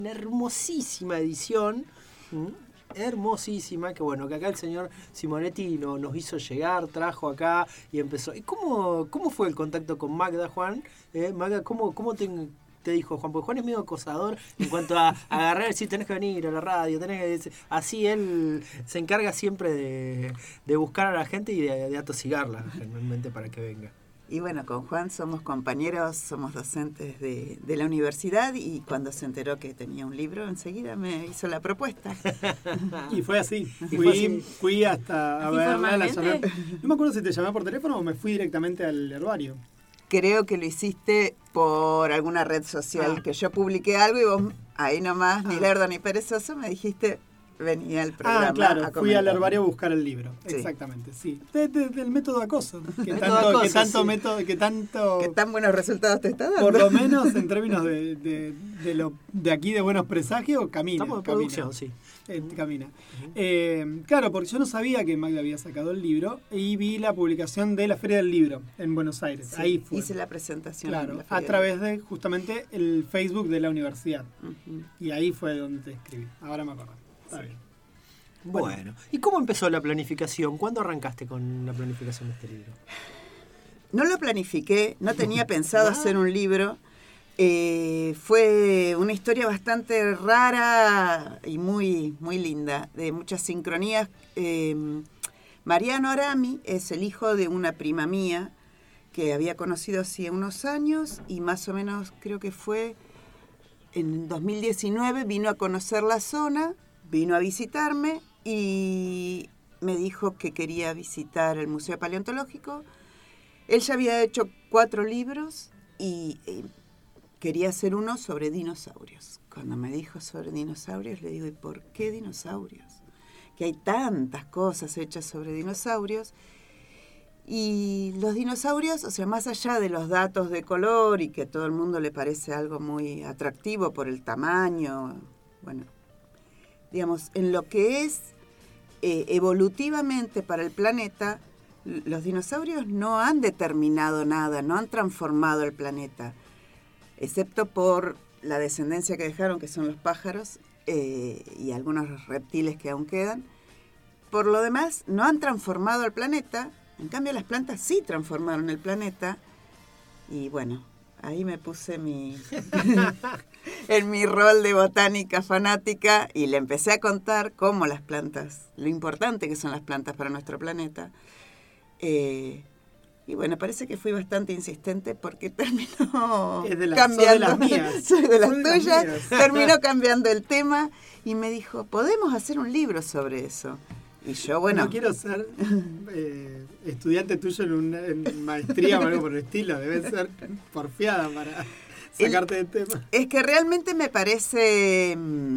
Una hermosísima edición, hermosísima, que bueno, que acá el señor Simonetti nos hizo llegar, trajo acá y empezó. ¿Y cómo fue el contacto con Magda, Juan? Magda, ¿cómo te dijo Juan? Porque Juan es medio acosador en cuanto a agarrar y decir, tenés que venir a la radio, así él se encarga siempre de buscar a la gente y de atosigarla generalmente para que venga. Y bueno, con Juan somos compañeros, somos docentes de la universidad, y cuando se enteró que tenía un libro, enseguida me hizo la propuesta. Y fue así. Fui hasta a verla. No me acuerdo si te llamé por teléfono o me fui directamente al herbario. Creo que lo hiciste por alguna red social, que yo publiqué algo y vos ahí nomás, ni lerdo ni perezoso, me dijiste... venía al programa. Claro, fui al herbario a buscar el libro. Sí. Exactamente, sí. Del método de acoso. Que tan buenos resultados te está dando. Por lo menos en términos de aquí de buenos presagios, camina. Estamos de producción, sí. Camina. Claro, porque yo no sabía que Magda había sacado el libro y vi la publicación de la Feria del Libro en Buenos Aires. Sí, ahí fue. hice la presentación. Claro, a través de justamente el Facebook de la universidad. Y ahí fue donde te escribí. Ahora me acuerdo. Está bien. Bueno, ¿y cómo empezó la planificación? ¿Cuándo arrancaste con la planificación de este libro? No lo planifiqué, no tenía pensado hacer un libro. Fue una historia bastante rara y muy, muy linda, de muchas sincronías. Mariano Arami es el hijo de una prima mía que había conocido hacía unos años, y más o menos creo que fue en 2019, vino a conocer la zona, vino a visitarme y me dijo que quería visitar el Museo Paleontológico. Él ya había hecho 4 libros y quería hacer uno sobre dinosaurios. Cuando me dijo sobre dinosaurios, le digo, ¿y por qué dinosaurios? Que hay tantas cosas hechas sobre dinosaurios. Y los dinosaurios, o sea, más allá de los datos de color y que a todo el mundo le parece algo muy atractivo por el tamaño, bueno, digamos, en lo que es evolutivamente para el planeta, los dinosaurios no han determinado nada, no han transformado el planeta, excepto por la descendencia que dejaron, que son los pájaros y algunos reptiles que aún quedan. Por lo demás, no han transformado el planeta. En cambio, las plantas sí transformaron el planeta. Y bueno, ahí me puse en mi rol de botánica fanática y le empecé a contar cómo las plantas, lo importante que son las plantas para nuestro planeta. Y bueno, parece que fui bastante insistente porque terminó cambiando. Soy de las mías. Soy de las tuyas. Terminó cambiando el tema y me dijo, ¿podemos hacer un libro sobre eso? Y yo, bueno... No quiero ser estudiante tuyo en maestría o algo por el estilo. Debe ser porfiada para sacarte del tema. Es que realmente me parece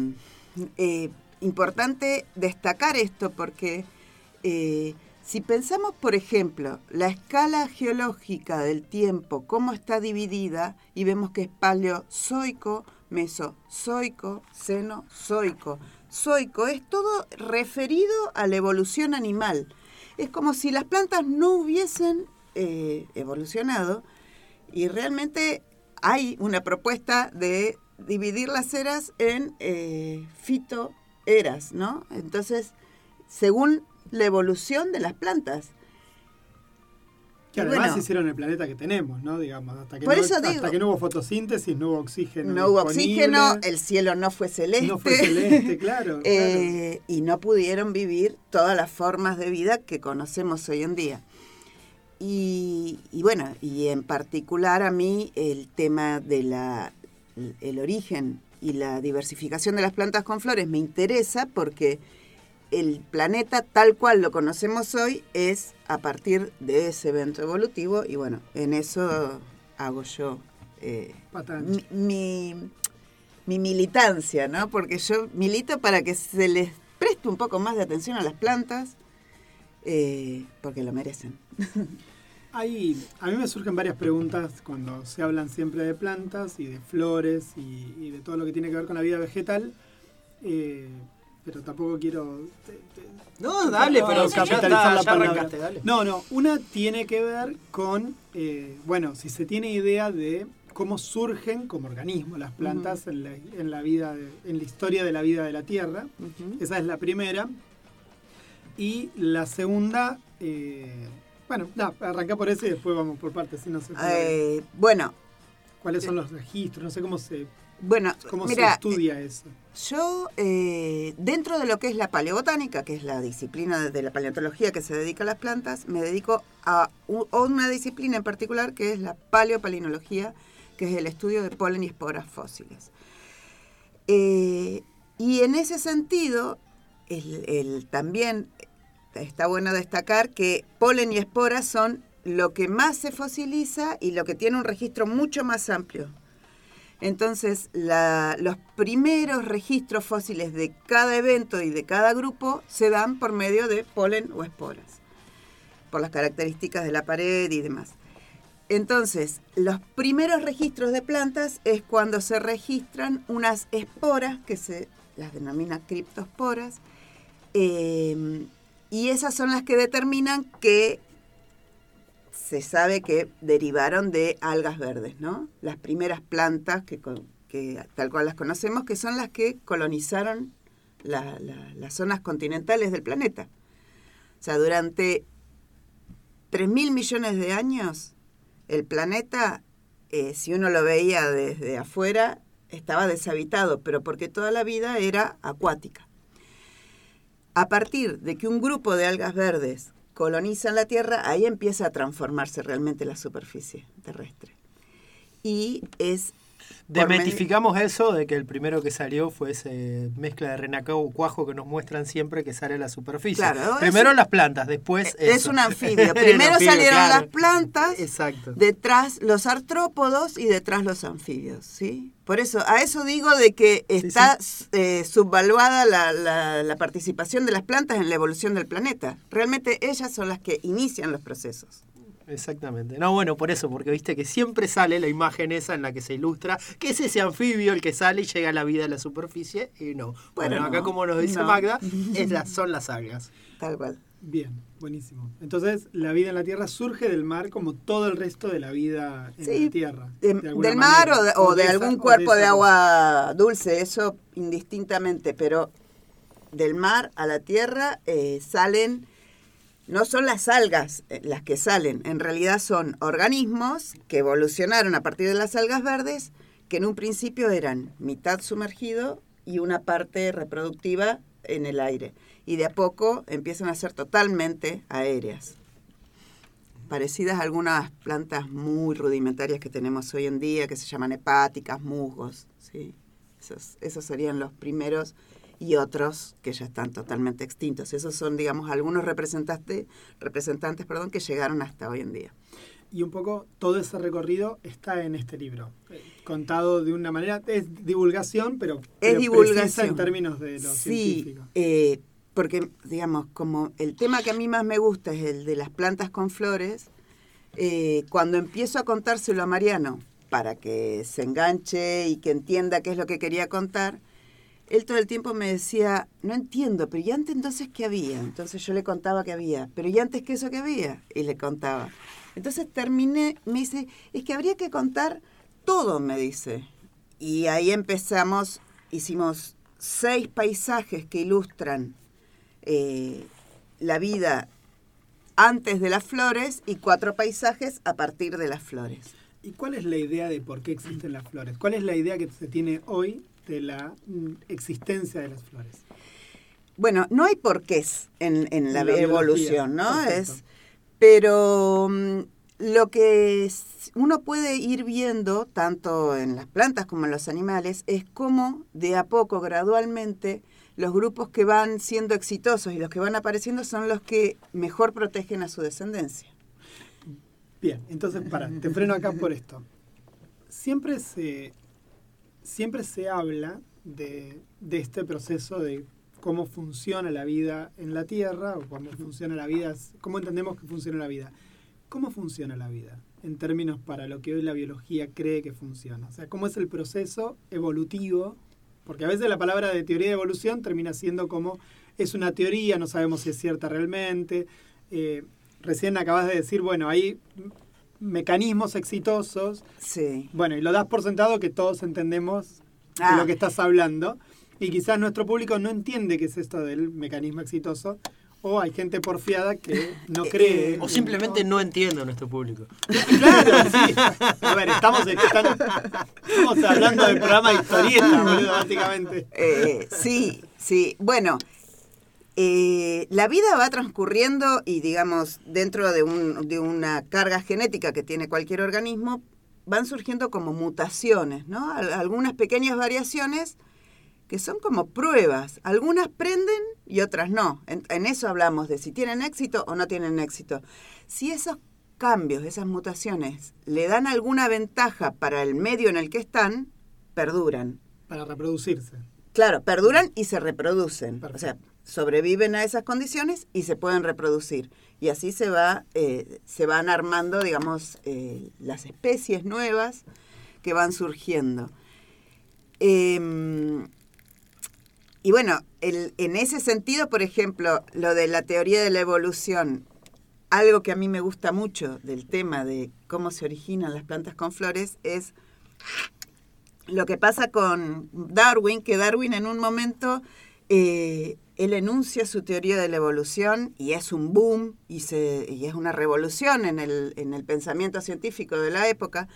importante destacar esto porque si pensamos, por ejemplo, la escala geológica del tiempo, cómo está dividida, y vemos que es paleozoico, mesozoico, cenozoico. Zoico es todo referido a la evolución animal. Es como si las plantas no hubiesen evolucionado, y realmente hay una propuesta de dividir las eras en fitoeras, ¿no? Entonces, según la evolución de las plantas. Que además hicieron el planeta que tenemos, ¿no? Digamos, hasta que no hubo fotosíntesis, no hubo oxígeno. No hubo oxígeno, el cielo no fue celeste. No fue celeste, claro. Y no pudieron vivir todas las formas de vida que conocemos hoy en día. Y bueno, y en particular a mí el tema de el origen y la diversificación de las plantas con flores me interesa porque el planeta tal cual lo conocemos hoy es a partir de ese evento evolutivo, y bueno, en eso hago yo mi militancia, ¿no? Porque yo milito para que se les preste un poco más de atención a las plantas, porque lo merecen. A mí me surgen varias preguntas cuando se hablan siempre de plantas y de flores y de todo lo que tiene que ver con la vida vegetal. Pero tampoco quiero... No, dale, pero capitalizar la palabra. Arrancaste, dale. No, una tiene que ver con, si se tiene idea de cómo surgen como organismos las plantas en la vida, en la historia de la vida de la Tierra. Esa es la primera. Y la segunda, arranca por ese y después vamos por partes, si no sé. Bueno. ¿Cuáles son los registros? No sé cómo se estudia eso. Yo, dentro de lo que es la paleobotánica, que es la disciplina de la paleontología que se dedica a las plantas, me dedico a una disciplina en particular que es la paleopalinología, que es el estudio de polen y esporas fósiles. Y en ese sentido, también está bueno destacar que polen y esporas son lo que más se fosiliza y lo que tiene un registro mucho más amplio. Entonces, los primeros registros fósiles de cada evento y de cada grupo se dan por medio de polen o esporas, por las características de la pared y demás. Entonces, los primeros registros de plantas es cuando se registran unas esporas, que se las denomina criptosporas, y esas son las que determinan que se sabe que derivaron de algas verdes, ¿no? Las primeras plantas que tal cual las conocemos, que son las que colonizaron las zonas continentales del planeta. O sea, durante 3.000 millones de años, el planeta, si uno lo veía desde afuera, estaba deshabitado, pero porque toda la vida era acuática. A partir de que un grupo de algas verdes colonizan la Tierra, ahí empieza a transformarse realmente la superficie terrestre. Y es... Demetificamos eso de que el primero que salió fue esa mezcla de renacao cuajo que nos muestran siempre que sale a la superficie. Claro, primero las plantas, después es un anfibio. Primero salieron las plantas, exacto, detrás los artrópodos y detrás los anfibios, ¿sí? Por eso, a eso digo de que está subvaluada la participación de las plantas en la evolución del planeta. Realmente ellas son las que inician los procesos. Exactamente. No, bueno, por eso, porque viste que siempre sale la imagen esa en la que se ilustra que es ese anfibio el que sale y llega a la vida a la superficie, y no. Bueno, acá como nos dice Magda, son las algas. Tal cual. Bien, buenísimo. Entonces, la vida en la Tierra surge del mar como todo el resto de la vida en la Tierra. Del mar o de algún cuerpo de agua dulce, eso indistintamente, pero del mar a la Tierra salen... No son las algas las que salen, en realidad son organismos que evolucionaron a partir de las algas verdes, que en un principio eran mitad sumergido y una parte reproductiva en el aire. Y de a poco empiezan a ser totalmente aéreas, parecidas a algunas plantas muy rudimentarias que tenemos hoy en día, que se llaman hepáticas, musgos, ¿sí? Esos serían los primeros, y otros que ya están totalmente extintos. Esos son, digamos, algunos representantes, que llegaron hasta hoy en día. Y un poco todo ese recorrido está en este libro, contado de una manera, es divulgación, pero divulgación precisa en términos de lo científico. Porque, digamos, como el tema que a mí más me gusta es el de las plantas con flores, cuando empiezo a contárselo a Mariano, para que se enganche y que entienda qué es lo que quería contar, él todo el tiempo me decía, no entiendo, pero ¿y antes entonces qué había? Entonces yo le contaba que había, pero ¿y antes qué eso que había? Y le contaba. Entonces terminé, me dice, es que habría que contar todo, me dice. Y ahí empezamos, hicimos 6 paisajes que ilustran la vida antes de las flores y 4 paisajes a partir de las flores. ¿Y cuál es la idea de por qué existen las flores? ¿Cuál es la idea que se tiene hoy de la existencia de las flores? Bueno, no hay porqués en la evolución, ¿no? Pero lo que uno puede ir viendo, tanto en las plantas como en los animales, es cómo de a poco, gradualmente, los grupos que van siendo exitosos y los que van apareciendo son los que mejor protegen a su descendencia. Bien, entonces, te freno acá por esto. Siempre se habla de este proceso de cómo funciona la vida en la Tierra, o cómo funciona la vida, cómo entendemos que funciona la vida. ¿Cómo funciona la vida en términos para lo que hoy la biología cree que funciona? O sea, ¿cómo es el proceso evolutivo? Porque a veces la palabra de teoría de evolución termina siendo como, es una teoría, no sabemos si es cierta realmente. Recién acabas de decir, bueno, hay mecanismos exitosos. Sí. Bueno, y lo das por sentado que todos entendemos de lo que estás hablando. Y quizás nuestro público no entiende qué es esto del mecanismo exitoso. O hay gente porfiada que no cree. O simplemente no entiende a nuestro público. Claro, sí. A ver, estamos hablando del programa de historieta, boludo, básicamente. Sí. Bueno, la vida va transcurriendo y, digamos, dentro de una carga genética que tiene cualquier organismo, van surgiendo como mutaciones, ¿no? Algunas pequeñas variaciones que son como pruebas. Algunas prenden y otras no. En eso hablamos de si tienen éxito o no tienen éxito. Si esos cambios, esas mutaciones, le dan alguna ventaja para el medio en el que están, perduran. Para reproducirse. Claro, perduran y se reproducen. Perfecto. O sea, sobreviven a esas condiciones y se pueden reproducir. Y así se van armando, digamos, las especies nuevas que van surgiendo. Y bueno, en ese sentido, por ejemplo, lo de la teoría de la evolución, algo que a mí me gusta mucho del tema de cómo se originan las plantas con flores es lo que pasa con Darwin, que Darwin en un momento, él enuncia su teoría de la evolución y es un boom y es una revolución en el pensamiento científico de la época.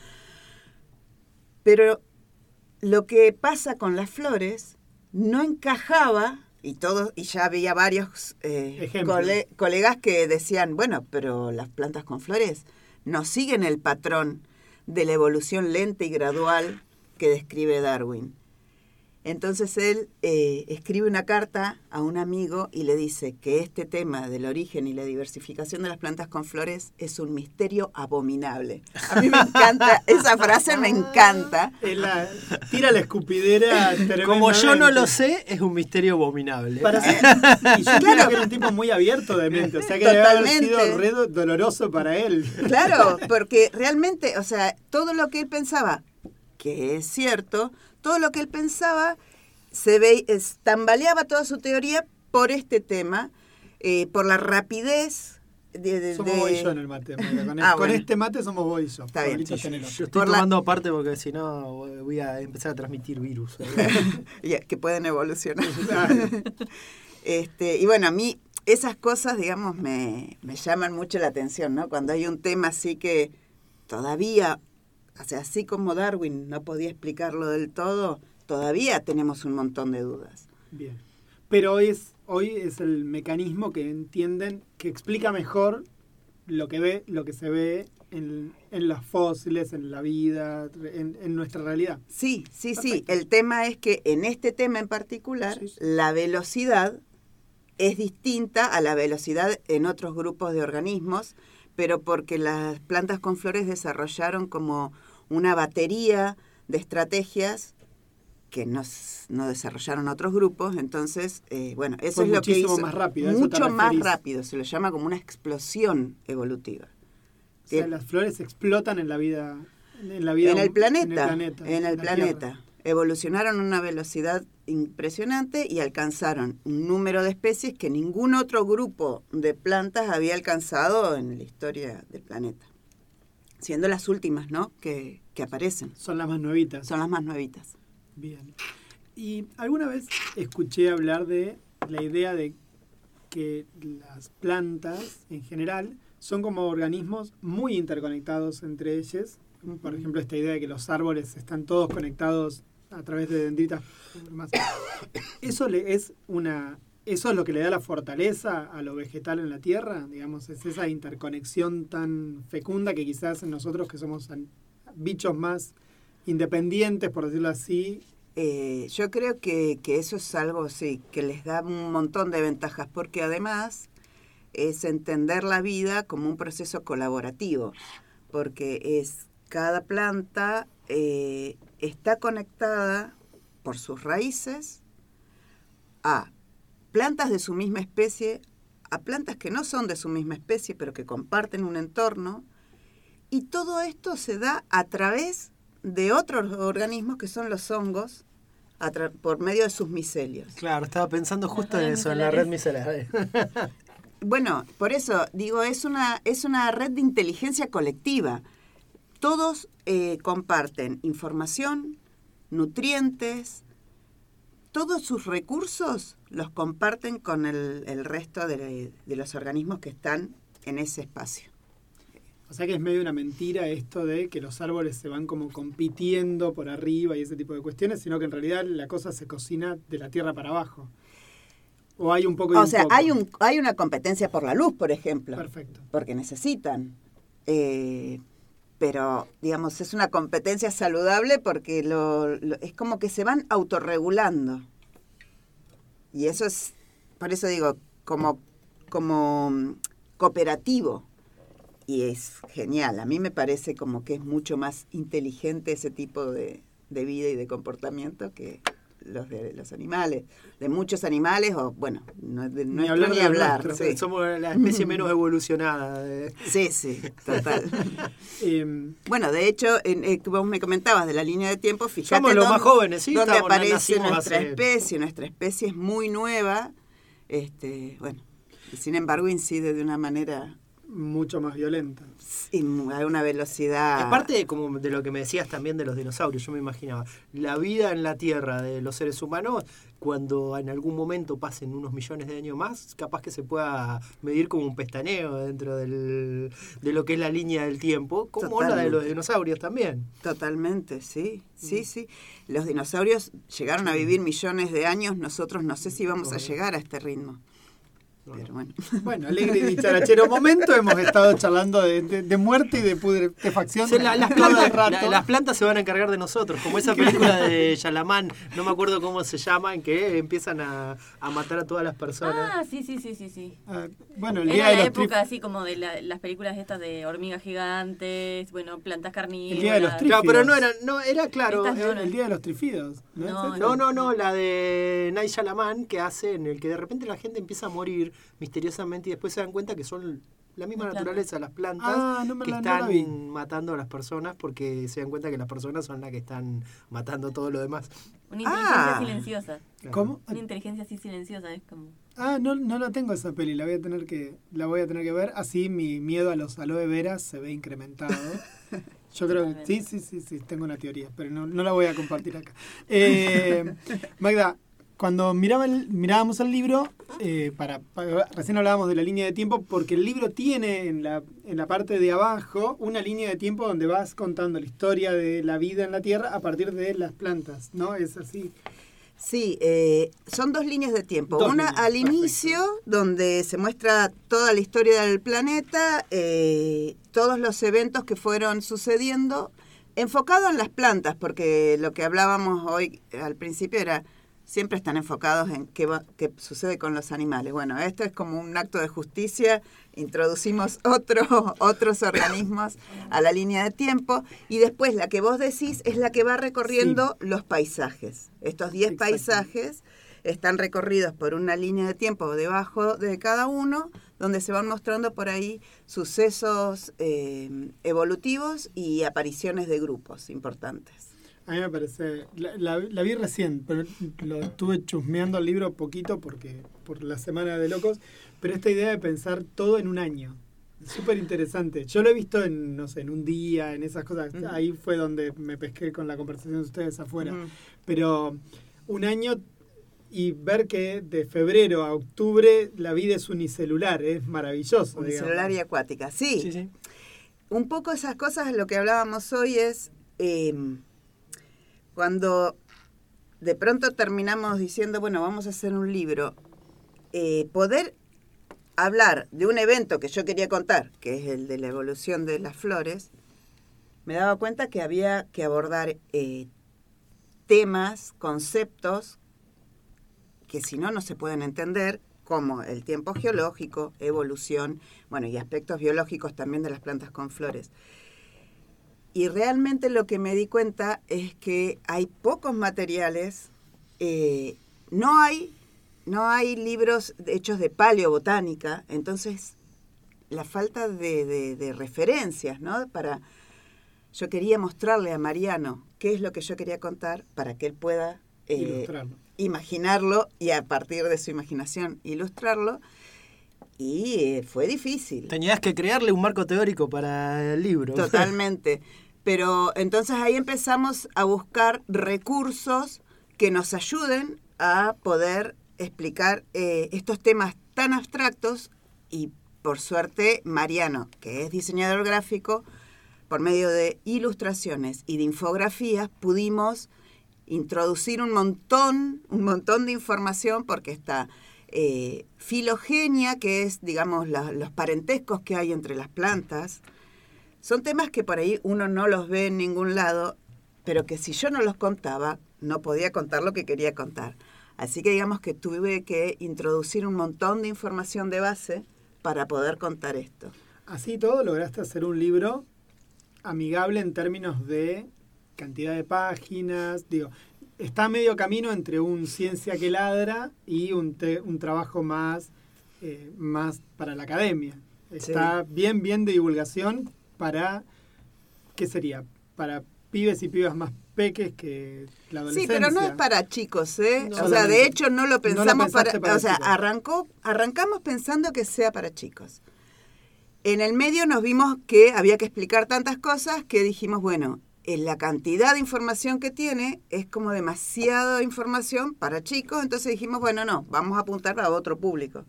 Pero lo que pasa con las flores no encajaba, y ya había varios colegas que decían, bueno, pero las plantas con flores no siguen el patrón de la evolución lenta y gradual que describe Darwin. Entonces él escribe una carta a un amigo y le dice que este tema del origen y la diversificación de las plantas con flores es un misterio abominable. A mí me encanta, esa frase me encanta. Tira la escupidera. Como yo no lo sé, es un misterio abominable. Y yo creo que era un tipo muy abierto de mente, o sea que debe haber sido re doloroso para él. Claro, porque realmente, o sea, todo lo que él pensaba, que es cierto, todo lo que él pensaba tambaleaba toda su teoría por este tema, por la rapidez somos vos y yo en el mate. Con este mate somos vos y yo. Está bien. Yo estoy tomando aparte porque si no voy a empezar a transmitir virus. Que pueden evolucionar. Y bueno, a mí esas cosas, digamos, me llaman mucho la atención, ¿no? Cuando hay un tema así que todavía, o sea, así como Darwin no podía explicarlo del todo, todavía tenemos un montón de dudas. Bien. Pero hoy es el mecanismo que entienden, que explica mejor lo que se ve en los fósiles, en la vida, en nuestra realidad. Sí. El tema es que en este tema en particular, la velocidad es distinta a la velocidad en otros grupos de organismos, pero porque las plantas con flores desarrollaron como una batería de estrategias que no desarrollaron otros grupos, entonces, bueno, eso es lo que hizo. Más rápido, mucho más rápido, se lo llama como una explosión evolutiva. O sea, las flores explotan en la vida. En el planeta. Evolucionaron a una velocidad impresionante y alcanzaron un número de especies que ningún otro grupo de plantas había alcanzado en la historia del planeta. Siendo las últimas, ¿no?, que aparecen. Son las más nuevitas. Son las más nuevitas. Bien. Y alguna vez escuché hablar de la idea de que las plantas, en general, son como organismos muy interconectados entre ellos. Por ejemplo, esta idea de que los árboles están todos conectados a través de dendritas. Eso es lo que le da la fortaleza a lo vegetal en la Tierra, digamos, es esa interconexión tan fecunda que quizás nosotros que somos bichos más independientes, por decirlo así. Yo creo que eso es algo, sí, que les da un montón de ventajas, porque además es entender la vida como un proceso colaborativo, porque cada planta está conectada por sus raíces a plantas de su misma especie, a plantas que no son de su misma especie, pero que comparten un entorno, y todo esto se da a través de otros organismos que son los hongos, por medio de sus micelios. Claro, estaba pensando justo en eso, en la red micelar. Bueno, por eso digo, es una red de inteligencia colectiva. Todos comparten información, nutrientes, todos sus recursos los comparten con el resto de los organismos que están en ese espacio. O sea que es medio una mentira esto de que los árboles se van como compitiendo por arriba y ese tipo de cuestiones, sino que en realidad la cosa se cocina de la tierra para abajo. O hay un poco de O sea, hay una competencia por la luz, por ejemplo. Perfecto. Porque necesitan. Pero, digamos, es una competencia saludable porque es como que se van autorregulando. Y eso es, por eso digo, como cooperativo. Y es genial. A mí me parece como que es mucho más inteligente ese tipo de vida y de comportamiento que los de los animales. De muchos animales, o bueno, no es ni hablar. Sí. Somos la especie menos evolucionada. Sí, total. Bueno, de hecho, vos me comentabas de la línea de tiempo, fíjate somos los más jóvenes, ¿sí? Donde aparece nuestra especie. Nuestra especie es muy nueva, bueno, y sin embargo incide de una manera mucho más violenta. Y a una velocidad. Aparte como de lo que me decías también de los dinosaurios, yo me imaginaba, la vida en la Tierra de los seres humanos, cuando en algún momento pasen unos millones de años más, capaz que se pueda medir como un pestaneo dentro de lo que es la línea del tiempo, como la de los dinosaurios también. Totalmente, sí. Los dinosaurios llegaron a vivir millones de años, nosotros no sé si vamos a llegar a este ritmo. Pero bueno, alegre y dicharachero momento, hemos estado charlando de muerte y de putrefacción. Las plantas se van a encargar de nosotros, como esa película de Yalamán, no me acuerdo cómo se llama, en que empiezan a matar a todas las personas. Ah, sí. Bueno, el era día de la los época así como de las películas estas de hormigas gigantes, plantas carnívoras. El día de los trífidos. Claro, pero no era claro. El día de los trífidos. No, la de Night Shyamalan que hace en el que de repente la gente empieza a morir misteriosamente y después se dan cuenta que son la misma naturaleza de las plantas que están matando a las personas porque se dan cuenta que las personas son las que están matando todo lo demás. Una inteligencia silenciosa. ¿Cómo? Una inteligencia así silenciosa, es como... No la tengo esa peli, la voy a tener que ver, así mi miedo a los aloe veras se ve incrementado. Yo creo que sí, tengo una teoría, pero no la voy a compartir acá. Magda, cuando mirábamos el libro, recién hablábamos de la línea de tiempo, porque el libro tiene en la parte de abajo una línea de tiempo donde vas contando la historia de la vida en la Tierra a partir de las plantas, ¿no? ¿Es así? Sí, son dos líneas de tiempo. Una al inicio, donde se muestra toda la historia del planeta, todos los eventos que fueron sucediendo, enfocado en las plantas, porque lo que hablábamos hoy al principio era... siempre están enfocados en qué sucede con los animales. Bueno, esto es como un acto de justicia, introducimos otros organismos a la línea de tiempo, y después la que vos decís es la que va recorriendo los paisajes. Estos 10 paisajes están recorridos por una línea de tiempo debajo de cada uno, donde se van mostrando por ahí sucesos evolutivos y apariciones de grupos importantes. A mí me parece, la vi recién, pero lo estuve chusmeando el libro poquito por la Semana de Locos, pero esta idea de pensar todo en un año, súper interesante. Yo lo he visto en un día, en esas cosas, ahí fue donde me pesqué con la conversación de ustedes afuera, pero un año y ver que de febrero a octubre la vida es unicelular, es maravilloso. Unicelular y acuática, sí. Un poco esas cosas, lo que hablábamos hoy es... cuando de pronto terminamos diciendo, bueno, vamos a hacer un libro, poder hablar de un evento que yo quería contar, que es el de la evolución de las flores, me daba cuenta que había que abordar temas, conceptos, que si no se pueden entender, como el tiempo geológico, evolución, bueno, y aspectos biológicos también de las plantas con flores. Y realmente lo que me di cuenta es que hay pocos materiales, no hay libros hechos de paleobotánica, entonces la falta de referencias, ¿no? Yo quería mostrarle a Mariano qué es lo que yo quería contar para que él pueda imaginarlo y a partir de su imaginación ilustrarlo. Y fue difícil. Tenías que crearle un marco teórico para el libro. Totalmente. Pero entonces ahí empezamos a buscar recursos que nos ayuden a poder explicar estos temas tan abstractos, y por suerte Mariano, que es diseñador gráfico, por medio de ilustraciones y de infografías pudimos introducir un montón de información, porque está filogenia, que es, digamos, los parentescos que hay entre las plantas. Son temas que por ahí uno no los ve en ningún lado, pero que si yo no los contaba, no podía contar lo que quería contar. Así que digamos que tuve que introducir un montón de información de base para poder contar esto. Así todo lograste hacer un libro amigable en términos de cantidad de páginas. Digo, está a medio camino entre un ciencia que ladra y un trabajo más para la academia. Está bien de divulgación para, ¿qué sería? Para pibes y pibas más peques que la adolescencia. Sí, pero no es para chicos, ¿eh? No, o sea, de hecho no lo pensamos para o sea, chicos. Arrancamos pensando que sea para chicos. En el medio nos vimos que había que explicar tantas cosas que dijimos, bueno, la cantidad de información que tiene es como demasiada información para chicos, entonces dijimos, bueno, no, vamos a apuntar a otro público.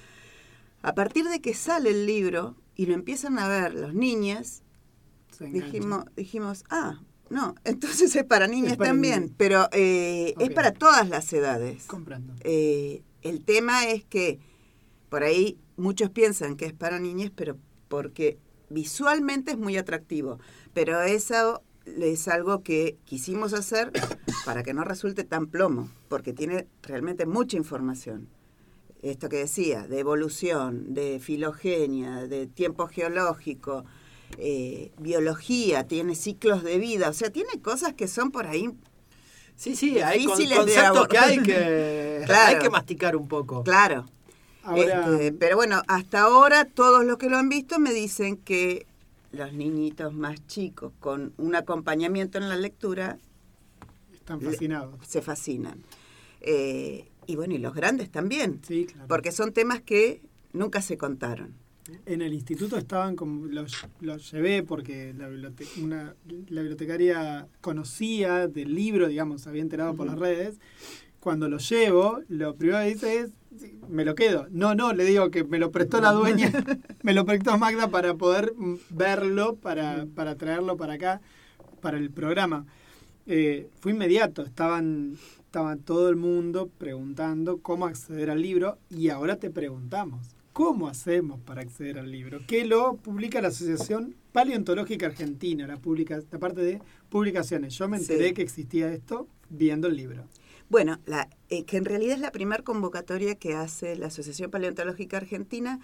A partir de que sale el libro y lo empiezan a ver los niños, dijimos, no, entonces es para niñas también, niños. Pero okay. Es para todas las edades. Comprando. El tema es que por ahí muchos piensan que es para niñas, pero porque visualmente es muy atractivo. Pero eso es algo que quisimos hacer para que no resulte tan plomo, porque tiene realmente mucha información. Esto que decía, de evolución, de filogenia, de tiempo geológico, biología, tiene ciclos de vida, o sea, tiene cosas que son por ahí. Sí, hay conceptos que claro, hay que masticar un poco. Claro. Ahora, pero bueno, hasta ahora todos los que lo han visto me dicen que los niñitos más chicos con un acompañamiento en la lectura están fascinados. Se fascinan. Y bueno, y los grandes también, sí, claro. Porque son temas que nunca se contaron. En el instituto estaban como los llevé porque la bibliotecaria conocía del libro, digamos, había enterado por las redes. Cuando lo llevo, lo primero que dice es, me lo quedo. No, le digo que me lo prestó la dueña, me lo prestó Magda para poder verlo, para traerlo para acá, para el programa. Fue inmediato, estaba todo el mundo preguntando cómo acceder al libro, y ahora te preguntamos, ¿cómo hacemos para acceder al libro? Que lo publica la Asociación Paleontológica Argentina, la parte de publicaciones. Yo me enteré que existía esto viendo el libro. Bueno, que en realidad es la primera convocatoria que hace la Asociación Paleontológica Argentina.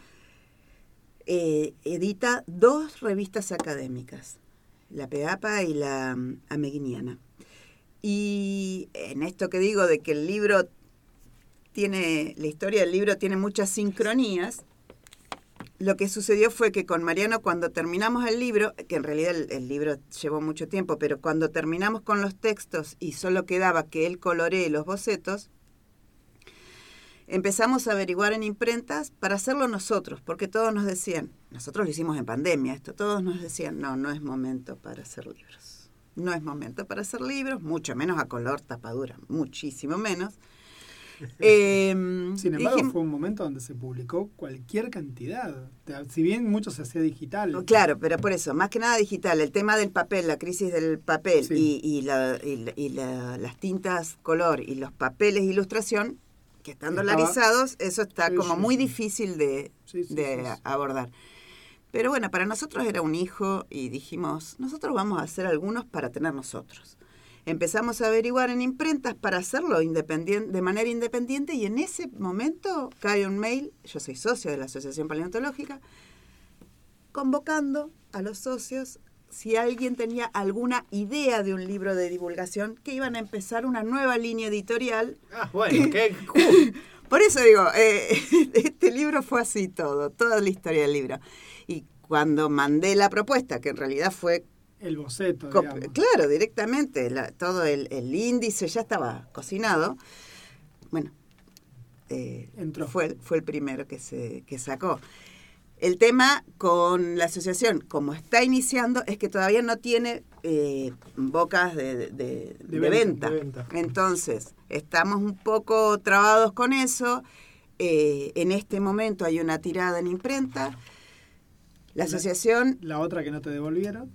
Edita 2 revistas académicas, la PEAPA y la Ameguiniana. Y en esto que digo de que el libro la historia del libro tiene muchas sincronías, lo que sucedió fue que con Mariano, cuando terminamos el libro, que en realidad el libro llevó mucho tiempo, pero cuando terminamos con los textos y solo quedaba que él coloree los bocetos, empezamos a averiguar en imprentas para hacerlo nosotros, porque todos nos decían, nosotros lo hicimos en pandemia esto, todos nos decían, no es momento para hacer libros. No es momento para hacer libros, mucho menos a color, tapadura, muchísimo menos. Sin embargo, fue un momento donde se publicó cualquier cantidad. Si bien mucho se hacía digital. Claro, pero por eso, más que nada digital. El tema del papel, la crisis del papel, sí. y las tintas color y los papeles de ilustración, que están dolarizados, eso está como muy difícil de abordar. Pero bueno, para nosotros era un hijo y dijimos, nosotros vamos a hacer algunos para tener nosotros. Empezamos a averiguar en imprentas para hacerlo de manera independiente, y en ese momento cae un mail, yo soy socio de la Asociación Paleontológica, convocando a los socios si alguien tenía alguna idea de un libro de divulgación, que iban a empezar una nueva línea editorial. Bueno, qué Por eso digo, este libro fue así toda la historia del libro. Y cuando mandé la propuesta, que en realidad fue el boceto, digamos. Claro, directamente, todo el índice ya estaba cocinado. Bueno, fue el primero que sacó. El tema con la asociación, como está iniciando, es que todavía no tiene bocas de venta. Entonces, estamos un poco trabados con eso. En este momento hay una tirada en imprenta. La asociación... ¿La otra que no te devolvieron?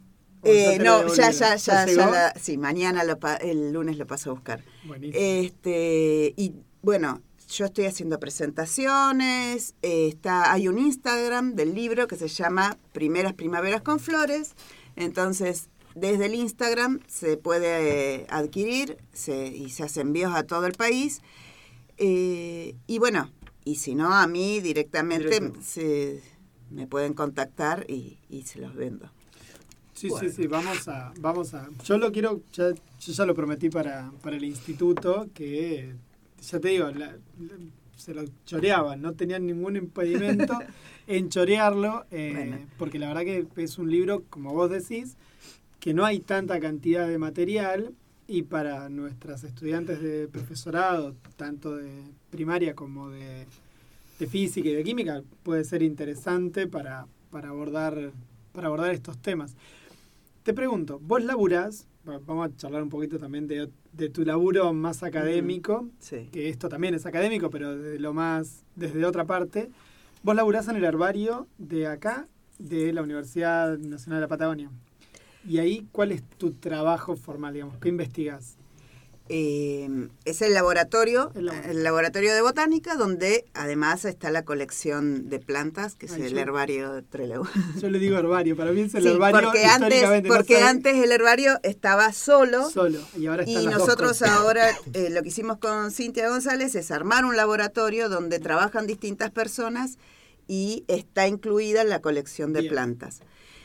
No, ya sí, mañana, el lunes lo paso a buscar. Buenísimo. Y bueno, yo estoy haciendo presentaciones, hay un Instagram del libro que se llama Primeras Primaveras con Flores, entonces desde el Instagram se puede adquirir y se hacen envíos a todo el país, y bueno, y si no, a mí directamente me pueden contactar y se los vendo. Sí, bueno. Sí, vamos a... Yo lo quiero, yo ya lo prometí para el instituto, que ya te digo, se lo choreaban, no tenían ningún impedimento en chorearlo, bueno. Porque la verdad que es un libro, como vos decís, que no hay tanta cantidad de material, y para nuestras estudiantes de profesorado, tanto de primaria como de física y de química, puede ser interesante para abordar estos temas. Te pregunto, vos laburás, vamos a charlar un poquito también de tu laburo más académico, sí. Que esto también es académico, pero desde otra parte. Vos laburás en el herbario de acá, de la Universidad Nacional de la Patagonia. Y ahí, ¿cuál es tu trabajo formal, digamos? ¿Qué investigás? Es el laboratorio de botánica, donde además está la colección de plantas, que es el herbario de Trelew. Yo le digo herbario, para mí es el herbario porque antes el herbario estaba solo y ahora están y las nosotros ahora lo que hicimos con Cintia González es armar un laboratorio donde trabajan distintas personas y está incluida la colección de plantas.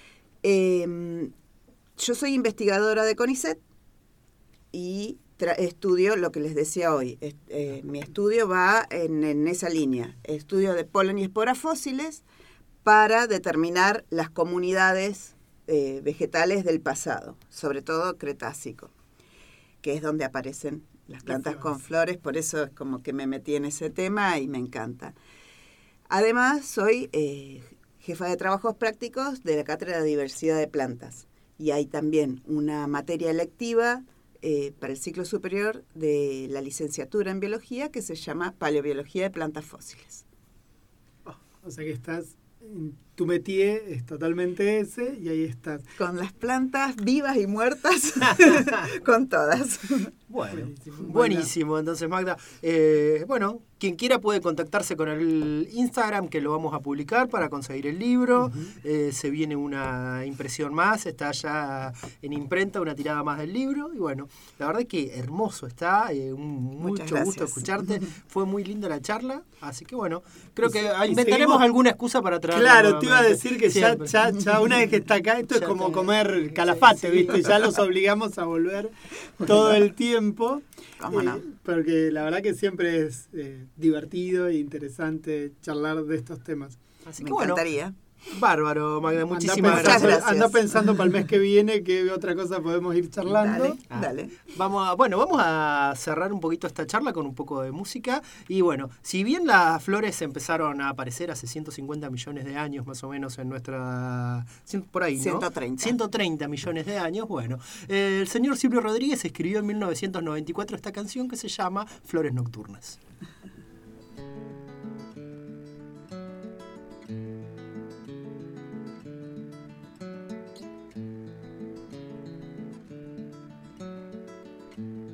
Yo soy investigadora de CONICET y estudio lo que les decía hoy. Mi estudio va en esa línea. Estudio de polen y esporas fósiles para determinar las comunidades vegetales del pasado, sobre todo Cretácico, que es donde aparecen las plantas con flores. Por eso es como que me metí en ese tema y me encanta. Además, soy jefa de trabajos prácticos de la Cátedra de Diversidad de Plantas. Y hay también una materia electiva para el ciclo superior de la licenciatura en biología que se llama Paleobiología de Plantas Fósiles. O sea que tu métier es totalmente ese y ahí estás. Con las plantas vivas y muertas, con todas. Bueno, buenísimo. Entonces, Magda, bueno, quien quiera puede contactarse con el Instagram, que lo vamos a publicar para conseguir el libro. Se viene una impresión más, está ya en imprenta una tirada más del libro. Y bueno, la verdad es que hermoso está, mucho gusto escucharte. Fue muy linda la charla, así que bueno, creo que inventaremos alguna excusa para traerlo. Claro, te iba a decir que ya una vez que está acá, esto es como comer calafate, ¿viste? Ya los obligamos a volver todo el tiempo. ¿Cómo no? Porque la verdad que siempre es divertido e interesante charlar de estos temas. Así que me encantaría. Bárbaro, Magda, muchísimas gracias. Anda pensando para el mes que viene qué otra cosa podemos ir charlando. Dale. Vamos a cerrar un poquito esta charla con un poco de música. Y bueno, si bien las flores empezaron a aparecer hace 150 millones de años más o menos en nuestra... por ahí, ¿no? 130 millones de años. Bueno, el señor Silvio Rodríguez escribió en 1994 esta canción que se llama Flores Nocturnas.